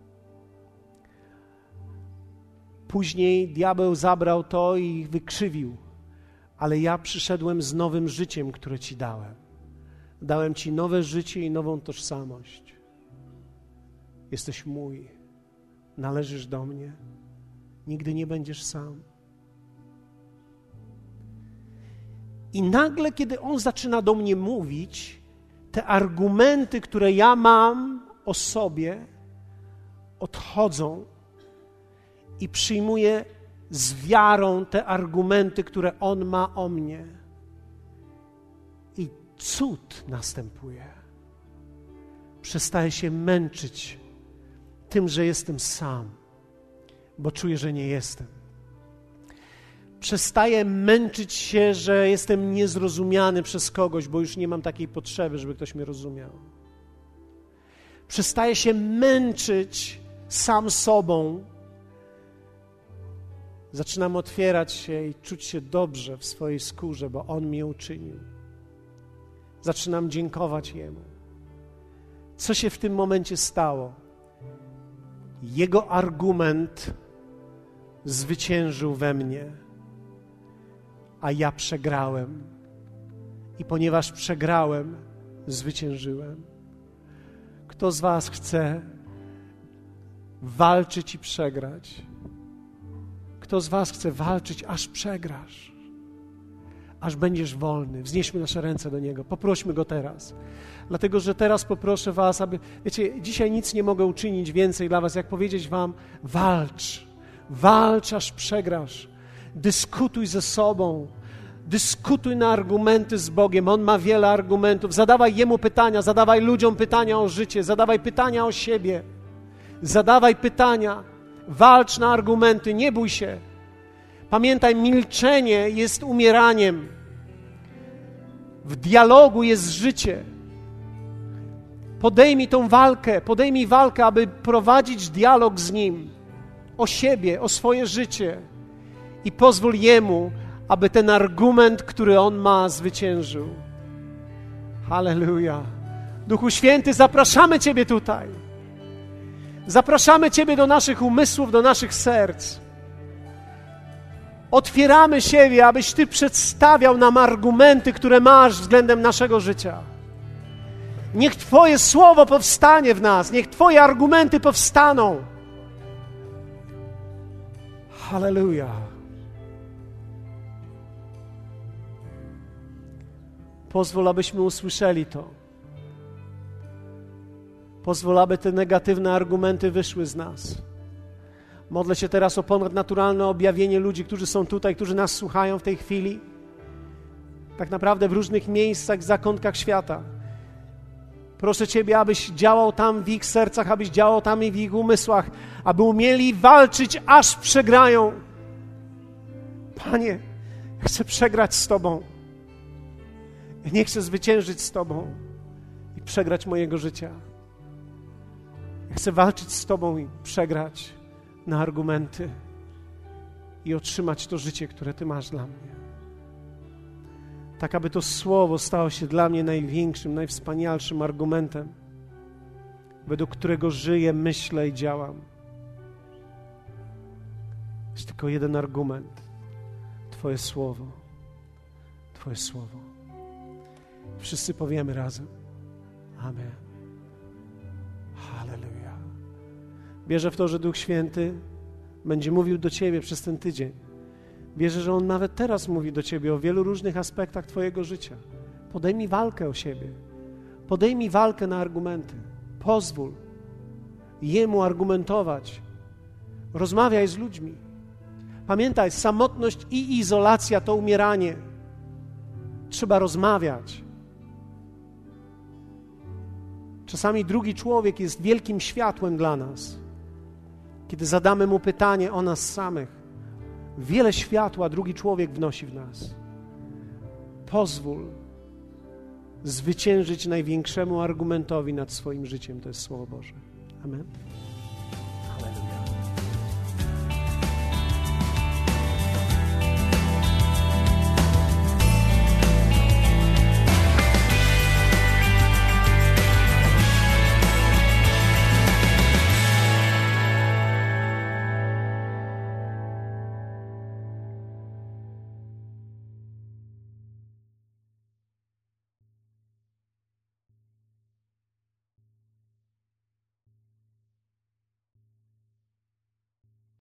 Później diabeł zabrał to i wykrzywił, ale ja przyszedłem z nowym życiem, które Ci dałem. Dałem Ci nowe życie i nową tożsamość. Jesteś mój, należysz do mnie, nigdy nie będziesz sam. I nagle, kiedy On zaczyna do mnie mówić, te argumenty, które ja mam o sobie, odchodzą i przyjmuję z wiarą te argumenty, które On ma o mnie. I cud następuje. Przestaję się męczyć tym, że jestem sam, bo czuję, że nie jestem. Przestaję męczyć się, że jestem niezrozumiany przez kogoś, bo już nie mam takiej potrzeby, żeby ktoś mnie rozumiał. Przestaję się męczyć sam sobą. Zaczynam otwierać się i czuć się dobrze w swojej skórze, bo On mnie uczynił. Zaczynam dziękować Jemu. Co się w tym momencie stało? Jego argument zwyciężył we mnie, a ja przegrałem. I ponieważ przegrałem, zwyciężyłem. Kto z was chce walczyć i przegrać? Kto z was chce walczyć, aż przegrasz? Aż będziesz wolny. Wznieśmy nasze ręce do Niego. Poprośmy Go teraz. Dlatego, że teraz poproszę was, aby... Wiecie, dzisiaj nic nie mogę uczynić więcej dla was, jak powiedzieć wam: walcz. Walcz, aż przegrasz. Dyskutuj ze sobą. Dyskutuj na argumenty z Bogiem. On ma wiele argumentów. Zadawaj Jemu pytania, zadawaj ludziom pytania o życie, zadawaj pytania o siebie. Zadawaj pytania. Walcz na argumenty, nie bój się. Pamiętaj, milczenie jest umieraniem. W dialogu jest życie. Podejmij walkę, aby prowadzić dialog z Nim o siebie, o swoje życie i pozwól Jemu, aby ten argument, który On ma, zwyciężył. Halleluja. Duchu Święty, zapraszamy Ciebie tutaj. Zapraszamy Ciebie do naszych umysłów, do naszych serc. Otwieramy siebie, abyś Ty przedstawiał nam argumenty, które masz względem naszego życia. Niech Twoje słowo powstanie w nas, niech Twoje argumenty powstaną. Halleluja. Pozwól, abyśmy usłyszeli to. Pozwól, aby te negatywne argumenty wyszły z nas. Modlę się teraz o ponadnaturalne objawienie ludzi, którzy są tutaj, którzy nas słuchają w tej chwili. Tak naprawdę w różnych miejscach, zakątkach świata. Proszę Ciebie, abyś działał tam w ich sercach, abyś działał tam i w ich umysłach, aby umieli walczyć, aż przegrają. Panie, chcę przegrać z Tobą. Ja nie chcę zwyciężyć z Tobą i przegrać mojego życia. Ja chcę walczyć z Tobą i przegrać na argumenty i otrzymać to życie, które Ty masz dla mnie. Tak, aby to słowo stało się dla mnie największym, najwspanialszym argumentem, według którego żyję, myślę i działam. Jest tylko jeden argument. Twoje słowo. Twoje słowo. Wszyscy powiemy razem. Amen. Halleluja. Wierzę w to, że Duch Święty będzie mówił do Ciebie przez ten tydzień. Wierzę, że On nawet teraz mówi do Ciebie o wielu różnych aspektach Twojego życia. Podejmij walkę o siebie. Podejmij walkę na argumenty. Pozwól Jemu argumentować. Rozmawiaj z ludźmi. Pamiętaj, samotność i izolacja to umieranie. Trzeba rozmawiać. Czasami drugi człowiek jest wielkim światłem dla nas. Kiedy zadamy mu pytanie o nas samych, wiele światła drugi człowiek wnosi w nas. Pozwól zwyciężyć największemu argumentowi nad swoim życiem. To jest Słowo Boże. Amen.